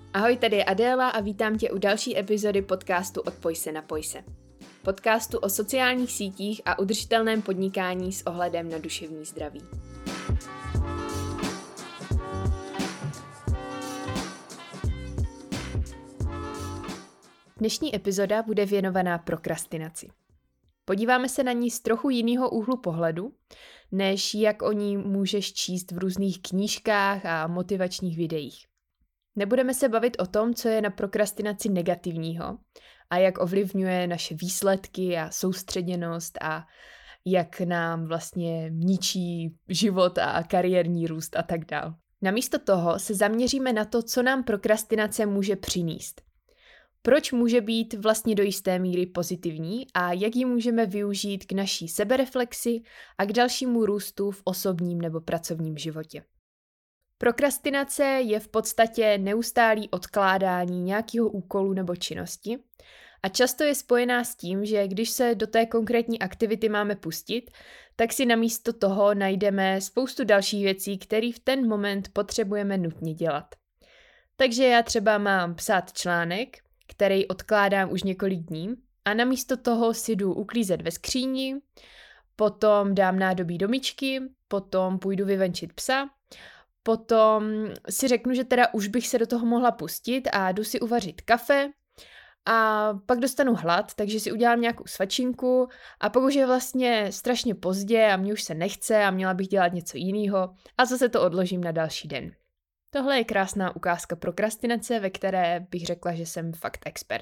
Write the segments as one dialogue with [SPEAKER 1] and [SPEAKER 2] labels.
[SPEAKER 1] Ahoj, tady je Adéla a vítám tě u další epizody podcastu Odpoj se, napoj se. Podcastu o sociálních sítích a udržitelném podnikání s ohledem na duševní zdraví. Dnešní epizoda bude věnovaná prokrastinaci. Podíváme se na ní z trochu jiného úhlu pohledu, než jak o ní můžeš číst v různých knížkách a motivačních videích. Nebudeme se bavit o tom, co je na prokrastinaci negativního a jak ovlivňuje naše výsledky a soustředěnost a jak nám vlastně ničí život a kariérní růst a tak dál. Namísto toho se zaměříme na to, co nám prokrastinace může přinést. Proč může být vlastně do jisté míry pozitivní a jak ji můžeme využít k naší sebereflexi a k dalšímu růstu v osobním nebo pracovním životě. Prokrastinace je v podstatě neustálý odkládání nějakého úkolu nebo činnosti a často je spojená s tím, že když se do té konkrétní aktivity máme pustit, tak si namísto toho najdeme spoustu dalších věcí, které v ten moment potřebujeme nutně dělat. Takže já třeba mám psát článek, který odkládám už několik dní a namísto toho si jdu uklízet ve skříni, potom dám nádobí do myčky, potom půjdu vyvenčit psa, potom si řeknu, že teda už bych se do toho mohla pustit a jdu si uvařit kafe a pak dostanu hlad, takže si udělám nějakou svačinku a pak už je vlastně strašně pozdě a mě už se nechce a měla bych dělat něco jiného a zase to odložím na další den. Tohle je krásná ukázka prokrastinace, ve které bych řekla, že jsem fakt expert.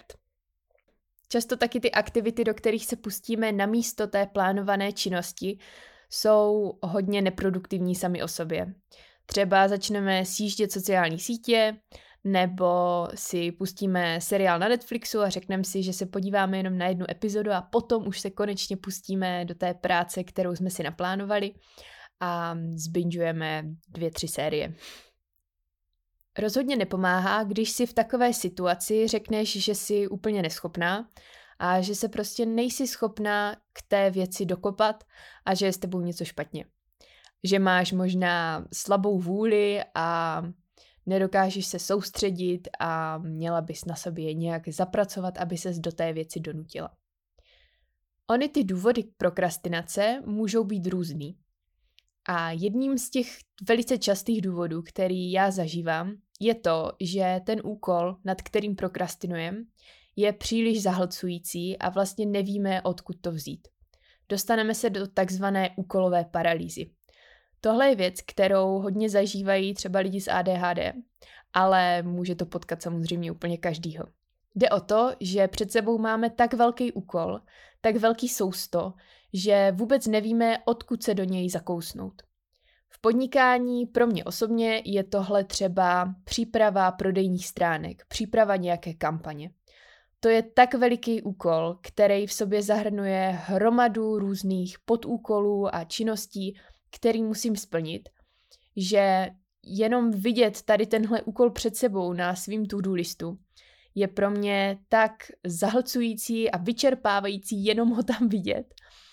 [SPEAKER 1] Často taky ty aktivity, do kterých se pustíme namísto té plánované činnosti, jsou hodně neproduktivní sami o sobě. Třeba začneme sjíždět sociální sítě, nebo si pustíme seriál na Netflixu a řekneme si, že se podíváme jenom na jednu epizodu a potom už se konečně pustíme do té práce, kterou jsme si naplánovali a zbinžujeme 2-3 série. Rozhodně nepomáhá, když si v takové situaci řekneš, že jsi úplně neschopná a že se prostě nejsi schopná k té věci dokopat a že je s tebou něco špatně. Že máš možná slabou vůli a nedokážeš se soustředit a měla bys na sobě nějak zapracovat, aby ses do té věci donutila. Ony ty důvody k prokrastinace můžou být různý. A jedním z těch velice častých důvodů, který já zažívám, je to, že ten úkol, nad kterým prokrastinujeme, je příliš zahlcující a vlastně nevíme, odkud to vzít. Dostaneme se do takzvané úkolové paralýzy. Tohle je věc, kterou hodně zažívají třeba lidi s ADHD, ale může to potkat samozřejmě úplně každýho. Jde o to, že před sebou máme tak velký úkol, tak velký sousto, že vůbec nevíme, odkud se do něj zakousnout. V podnikání pro mě osobně je tohle třeba příprava prodejních stránek, příprava nějaké kampaně. To je tak veliký úkol, který v sobě zahrnuje hromadu různých podúkolů a činností, který musím splnit, že jenom vidět tady tenhle úkol před sebou na svým to-do listu je pro mě tak zahlcující a vyčerpávající jenom ho tam vidět,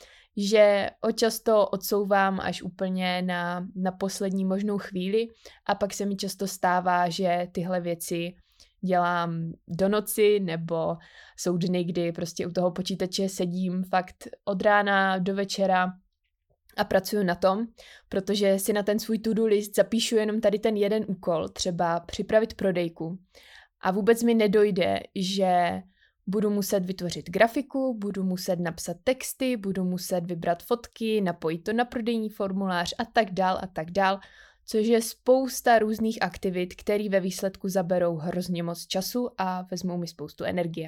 [SPEAKER 1] že ho často odsouvám až úplně na poslední možnou chvíli a pak se mi často stává, že tyhle věci dělám do noci nebo jsou dny, kdy prostě u toho počítače sedím fakt od rána do večera a pracuju na tom, protože si na ten svůj to-do list zapíšu jenom tady ten jeden úkol, třeba připravit prodejku. A vůbec mi nedojde, že budu muset vytvořit grafiku, budu muset napsat texty, budu muset vybrat fotky, napojit to na prodejní formulář a tak dál, což je spousta různých aktivit, které ve výsledku zaberou hrozně moc času a vezmou mi spoustu energie.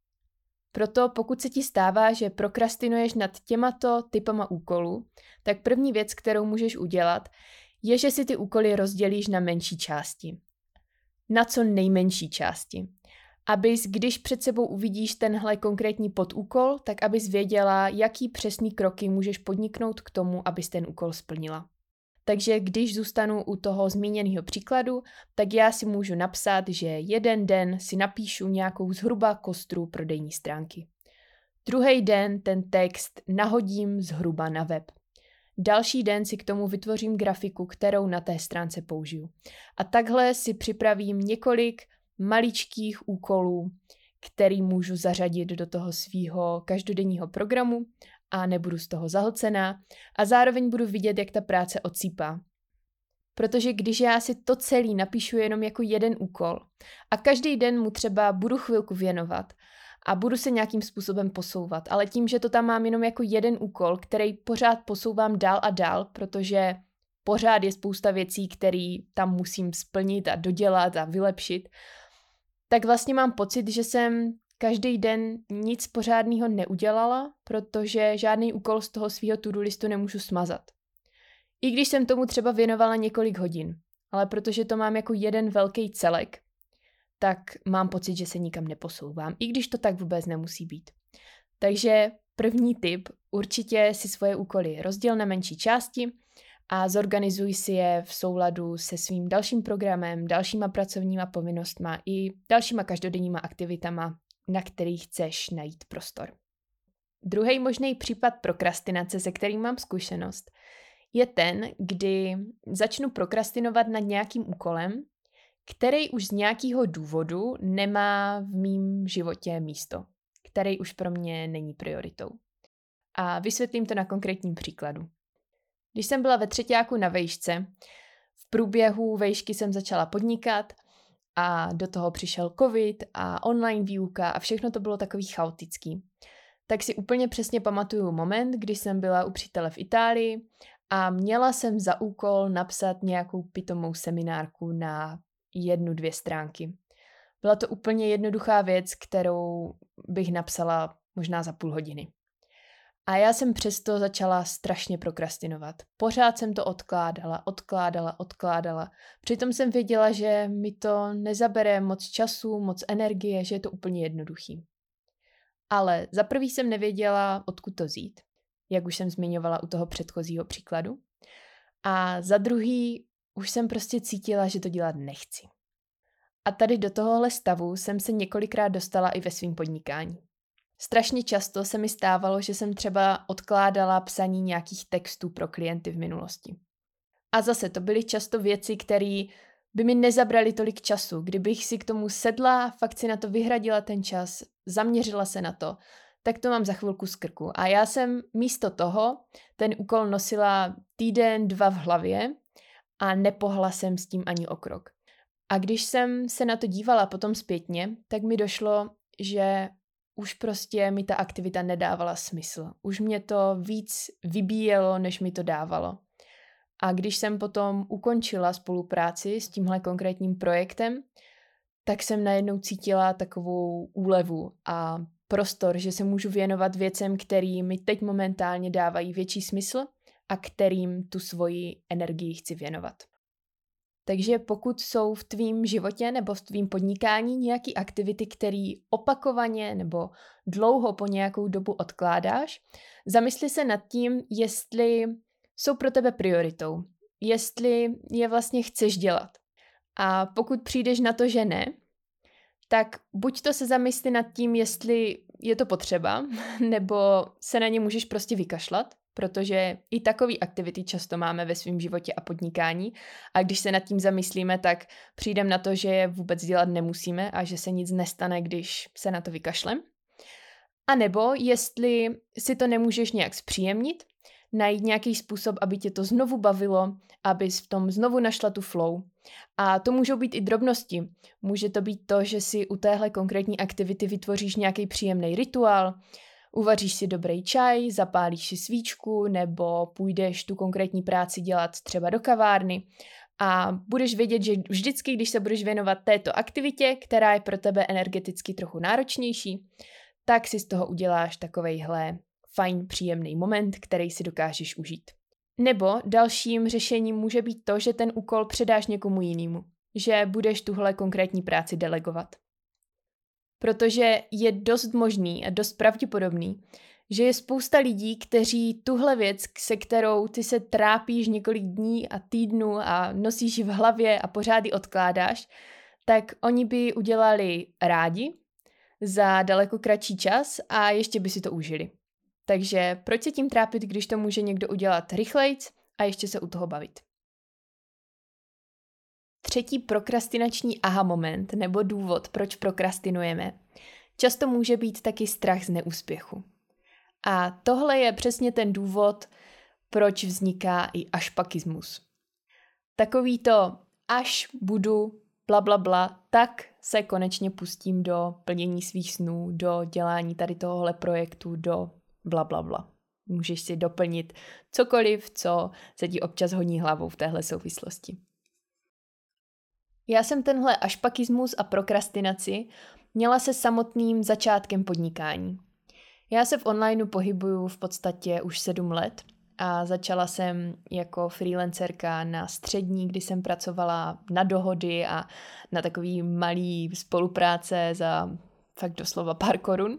[SPEAKER 1] Proto pokud se ti stává, že prokrastinuješ nad těmato typama úkolů, tak první věc, kterou můžeš udělat, je, že si ty úkoly rozdělíš na menší části. Na co nejmenší části. Abys, když před sebou uvidíš tenhle konkrétní podúkol, tak abys věděla, jaký přesný kroky můžeš podniknout k tomu, abys ten úkol splnila. Takže když zůstanu u toho zmíněného příkladu, tak já si můžu napsat, že jeden den si napíšu nějakou zhruba kostru prodejní stránky. Druhý den ten text nahodím zhruba na web. Další den si k tomu vytvořím grafiku, kterou na té stránce použiju. A takhle si připravím několik maličkých úkolů, který můžu zařadit do toho svýho každodenního programu a nebudu z toho zahlcená a zároveň budu vidět, jak ta práce odsýpá. Protože když já si to celý napíšu jenom jako jeden úkol a každý den mu třeba budu chvilku věnovat a budu se nějakým způsobem posouvat, ale tím, že to tam mám jenom jako jeden úkol, který pořád posouvám dál a dál, protože pořád je spousta věcí, které tam musím splnit a dodělat a vylepšit, tak vlastně mám pocit, že jsem každý den nic pořádného neudělala, protože žádný úkol z toho svého to-do listu nemůžu smazat. I když jsem tomu třeba věnovala několik hodin, ale protože to mám jako jeden velký celek, tak mám pocit, že se nikam neposouvám, i když to tak vůbec nemusí být. Takže první tip, určitě si svoje úkoly rozděl na menší části a zorganizuj si je v souladu se svým dalším programem, dalšíma pracovníma povinnostma i dalšíma každodenníma aktivitama, na kterých chceš najít prostor. Druhý možný případ prokrastinace, se kterým mám zkušenost, je ten, kdy začnu prokrastinovat nad nějakým úkolem, který už z nějakého důvodu nemá v mým životě místo, který už pro mě není prioritou. A vysvětlím to na konkrétním příkladu. Když jsem byla ve třeťáku na vejšce, v průběhu vejšky jsem začala podnikat a do toho přišel covid a online výuka a všechno to bylo takový chaotický. Tak si úplně přesně pamatuju moment, kdy jsem byla u přítele v Itálii a měla jsem za úkol napsat nějakou pitomou seminárku na 1-2 stránky. Byla to úplně jednoduchá věc, kterou bych napsala možná za půl hodiny. A já jsem přesto začala strašně prokrastinovat. Pořád jsem to odkládala. Přitom jsem věděla, že mi to nezabere moc času, moc energie, že je to úplně jednoduchý. Ale za prvý jsem nevěděla, odkud to vzít, jak už jsem zmiňovala u toho předchozího příkladu. A za druhý už jsem prostě cítila, že to dělat nechci. A tady do tohohle stavu jsem se několikrát dostala i ve svém podnikání. Strašně často se mi stávalo, že jsem třeba odkládala psaní nějakých textů pro klienty v minulosti. A zase to byly často věci, které by mi nezabraly tolik času. Kdybych si k tomu sedla, fakt si na to vyhradila ten čas, zaměřila se na to, tak to mám za chvilku z krku. A já jsem místo toho ten úkol nosila týden, 2 v hlavě a nepohla jsem s tím ani o krok. A když jsem se na to dívala potom zpětně, tak mi došlo, že už prostě mi ta aktivita nedávala smysl. Už mě to víc vybíjelo, než mi to dávalo. A když jsem potom ukončila spolupráci s tímhle konkrétním projektem, tak jsem najednou cítila takovou úlevu a prostor, že se můžu věnovat věcem, který mi teď momentálně dávají větší smysl a kterým tu svoji energii chci věnovat. Takže pokud jsou v tvém životě nebo v tvém podnikání nějaké aktivity, které opakovaně nebo dlouho po nějakou dobu odkládáš, zamysli se nad tím, jestli jsou pro tebe prioritou, jestli je vlastně chceš dělat. A pokud přijdeš na to, že ne, tak buď to se zamysli nad tím, jestli je to potřeba, nebo se na ně můžeš prostě vykašlat, protože i takové aktivity často máme ve svém životě a podnikání a když se nad tím zamyslíme, tak přijdeme na to, že je vůbec dělat nemusíme a že se nic nestane, když se na to vykašlem. A nebo jestli si to nemůžeš nějak zpříjemnit, najít nějaký způsob, aby tě to znovu bavilo, abys v tom znovu našla tu flow. A to můžou být i drobnosti. Může to být to, že si u téhle konkrétní aktivity vytvoříš nějaký příjemný rituál, uvaříš si dobrý čaj, zapálíš si svíčku nebo půjdeš tu konkrétní práci dělat třeba do kavárny a budeš vědět, že vždycky, když se budeš věnovat této aktivitě, která je pro tebe energeticky trochu náročnější, tak si z toho uděláš takovejhle fajn, příjemný moment, který si dokážeš užít. Nebo dalším řešením může být to, že ten úkol předáš někomu jinému, že budeš tuhle konkrétní práci delegovat. Protože je dost možný a dost pravděpodobný, že je spousta lidí, kteří tuhle věc, se kterou ty se trápíš několik dní a týdnů a nosíš ji v hlavě a pořád ji odkládáš, tak oni by udělali rádi za daleko kratší čas a ještě by si to užili. Takže proč se tím trápit, když to může někdo udělat rychlejc a ještě se u toho bavit? třetí prokrastinační aha moment nebo důvod, proč prokrastinujeme, často může být taky strach z neúspěchu. A tohle je přesně ten důvod, proč vzniká i ašpakismus. Takový to, až budu bla, bla, bla, tak se konečně pustím do plnění svých snů, do dělání tady tohohle projektu, do bla, bla, bla. Můžeš si doplnit cokoliv, co se ti občas honí hlavou v téhle souvislosti. Já jsem tenhle ašpakismus a prokrastinaci měla se samotným začátkem podnikání. Já se v onlineu pohybuju v podstatě už 7 let a začala jsem jako freelancerka na střední, kdy jsem pracovala na dohody a na takový malý spolupráce za fakt doslova pár korun.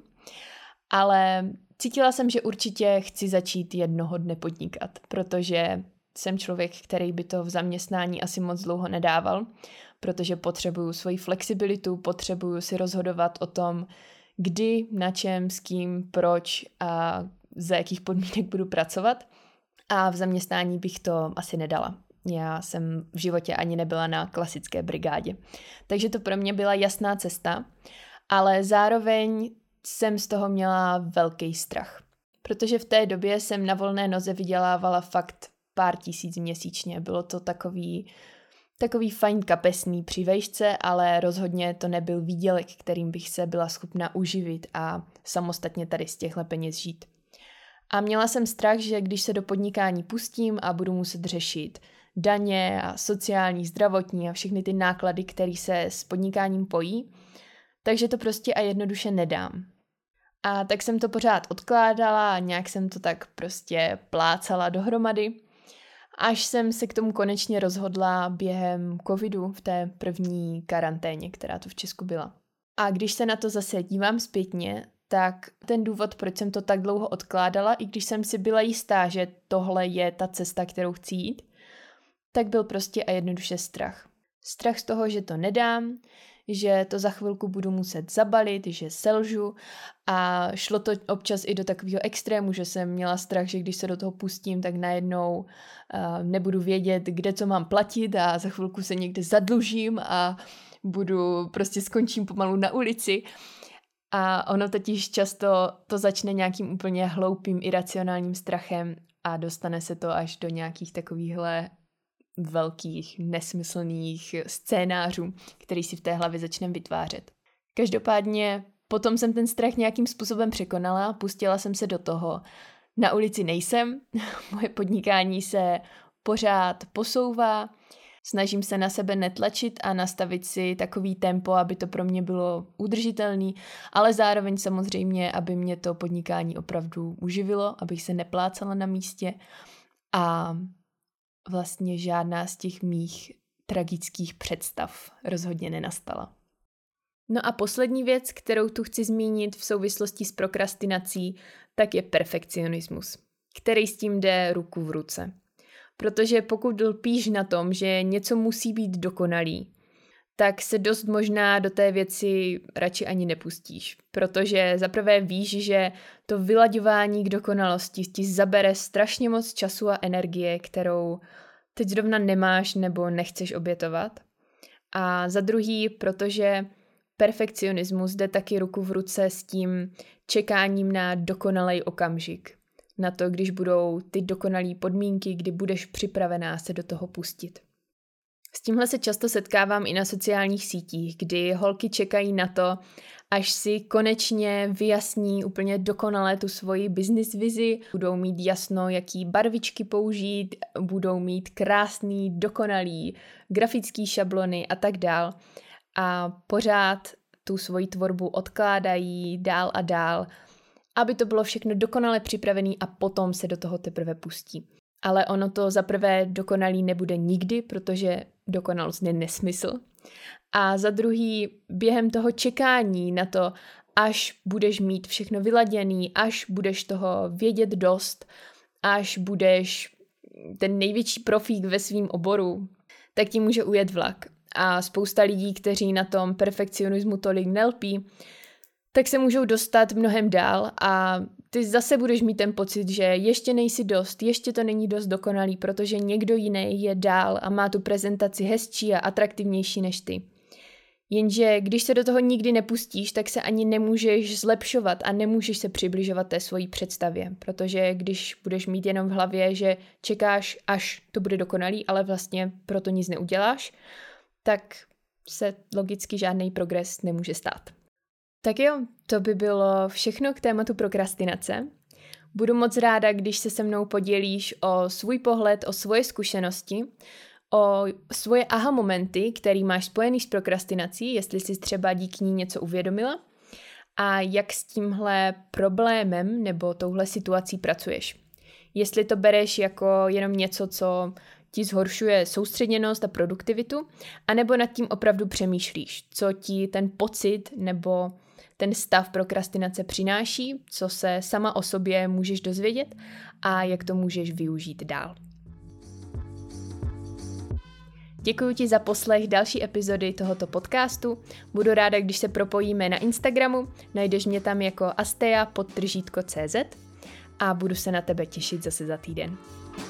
[SPEAKER 1] Ale cítila jsem, že určitě chci začít jednoho dne podnikat, protože jsem člověk, který by to v zaměstnání asi moc dlouho nedával, protože potřebuju svoji flexibilitu, potřebuju si rozhodovat o tom, kdy, na čem, s kým, proč a za jakých podmínek budu pracovat. A v zaměstnání bych to asi nedala. Já jsem v životě ani nebyla na klasické brigádě. Takže to pro mě byla jasná cesta, ale zároveň jsem z toho měla velký strach. Protože v té době jsem na volné noze vydělávala fakt pár tisíc měsíčně. Bylo to takový fajn kapesný při vejšce, ale rozhodně to nebyl výdělek, kterým bych se byla schopna uživit a samostatně tady z těchto peněz žít. A měla jsem strach, že když se do podnikání pustím a budu muset řešit daně a sociální, zdravotní a všechny ty náklady, které se s podnikáním pojí, takže to prostě a jednoduše nedám. A tak jsem to pořád odkládala a nějak jsem to tak prostě plácala dohromady, až jsem se k tomu konečně rozhodla během covidu v té první karanténě, která tu v Česku byla. A když se na to zase dívám zpětně, tak ten důvod, proč jsem to tak dlouho odkládala, i když jsem si byla jistá, že tohle je ta cesta, kterou chci jít, tak byl prostě a jednoduše strach. Strach z toho, že to nedám, že to za chvilku budu muset zabalit, že selžu a šlo to občas i do takového extrému, že jsem měla strach, že když se do toho pustím, tak najednou nebudu vědět, kde co mám platit a za chvilku se někde zadlužím a skončím pomalu na ulici. A ono totiž často to začne nějakým úplně hloupým, iracionálním strachem a dostane se to až do nějakých takovýchhle velkých, nesmyslných scénářů, který si v té hlavě začneme vytvářet. Každopádně potom jsem ten strach nějakým způsobem překonala, pustila jsem se do toho. Na ulici nejsem, moje podnikání se pořád posouvá, snažím se na sebe netlačit a nastavit si takový tempo, aby to pro mě bylo udržitelný, ale zároveň samozřejmě, aby mě to podnikání opravdu uživilo, abych se neplácala na místě a vlastně žádná z těch mých tragických představ rozhodně nenastala. No a poslední věc, kterou tu chci zmínit v souvislosti s prokrastinací, tak je perfekcionismus, který s tím jde ruku v ruce. Protože pokud lpíš na tom, že něco musí být dokonalý, tak se dost možná do té věci radši ani nepustíš. Protože zaprvé víš, že to vylaďování k dokonalosti ti zabere strašně moc času a energie, kterou teď zrovna nemáš nebo nechceš obětovat. A za druhý, protože perfekcionismus jde taky ruku v ruce s tím čekáním na dokonalej okamžik. Na to, když budou ty dokonalé podmínky, kdy budeš připravená se do toho pustit. S tímhle se často setkávám i na sociálních sítích, kdy holky čekají na to, až si konečně vyjasní úplně dokonale tu svoji business vizi, budou mít jasno, jaký barvičky použít, budou mít krásný, dokonalý grafický šablony a tak dál. A pořád tu svoji tvorbu odkládají dál a dál, aby to bylo všechno dokonale připravené a potom se do toho teprve pustí. Ale ono to zaprvé dokonalý nebude nikdy, protože dokonalost je nesmysl. A za druhý, během toho čekání na to, až budeš mít všechno vyladěný, až budeš toho vědět dost, až budeš ten největší profík ve svém oboru, tak ti může ujet vlak. A spousta lidí, kteří na tom perfekcionismu tolik nelpí, tak se můžou dostat mnohem dál a ty zase budeš mít ten pocit, že ještě nejsi dost, ještě to není dost dokonalý, protože někdo jiný je dál a má tu prezentaci hezčí a atraktivnější než ty. Jenže když se do toho nikdy nepustíš, tak se ani nemůžeš zlepšovat a nemůžeš se přibližovat té svojí představě, protože když budeš mít jenom v hlavě, že čekáš, až to bude dokonalý, ale vlastně proto nic neuděláš, tak se logicky žádný progres nemůže stát. Tak jo, to by bylo všechno k tématu prokrastinace. Budu moc ráda, když se se mnou podělíš o svůj pohled, o svoje zkušenosti, o svoje aha momenty, který máš spojený s prokrastinací, jestli jsi třeba díky ní něco uvědomila a jak s tímhle problémem nebo touhle situací pracuješ. Jestli to bereš jako jenom něco, co ti zhoršuje soustředěnost a produktivitu, anebo nad tím opravdu přemýšlíš, co ti ten pocit nebo ten stav prokrastinace přináší, co se sama o sobě můžeš dozvědět a jak to můžeš využít dál. Děkuji ti za poslech další epizody tohoto podcastu. Budu ráda, když se propojíme na Instagramu, najdeš mě tam jako astea_cz a budu se na tebe těšit zase za týden.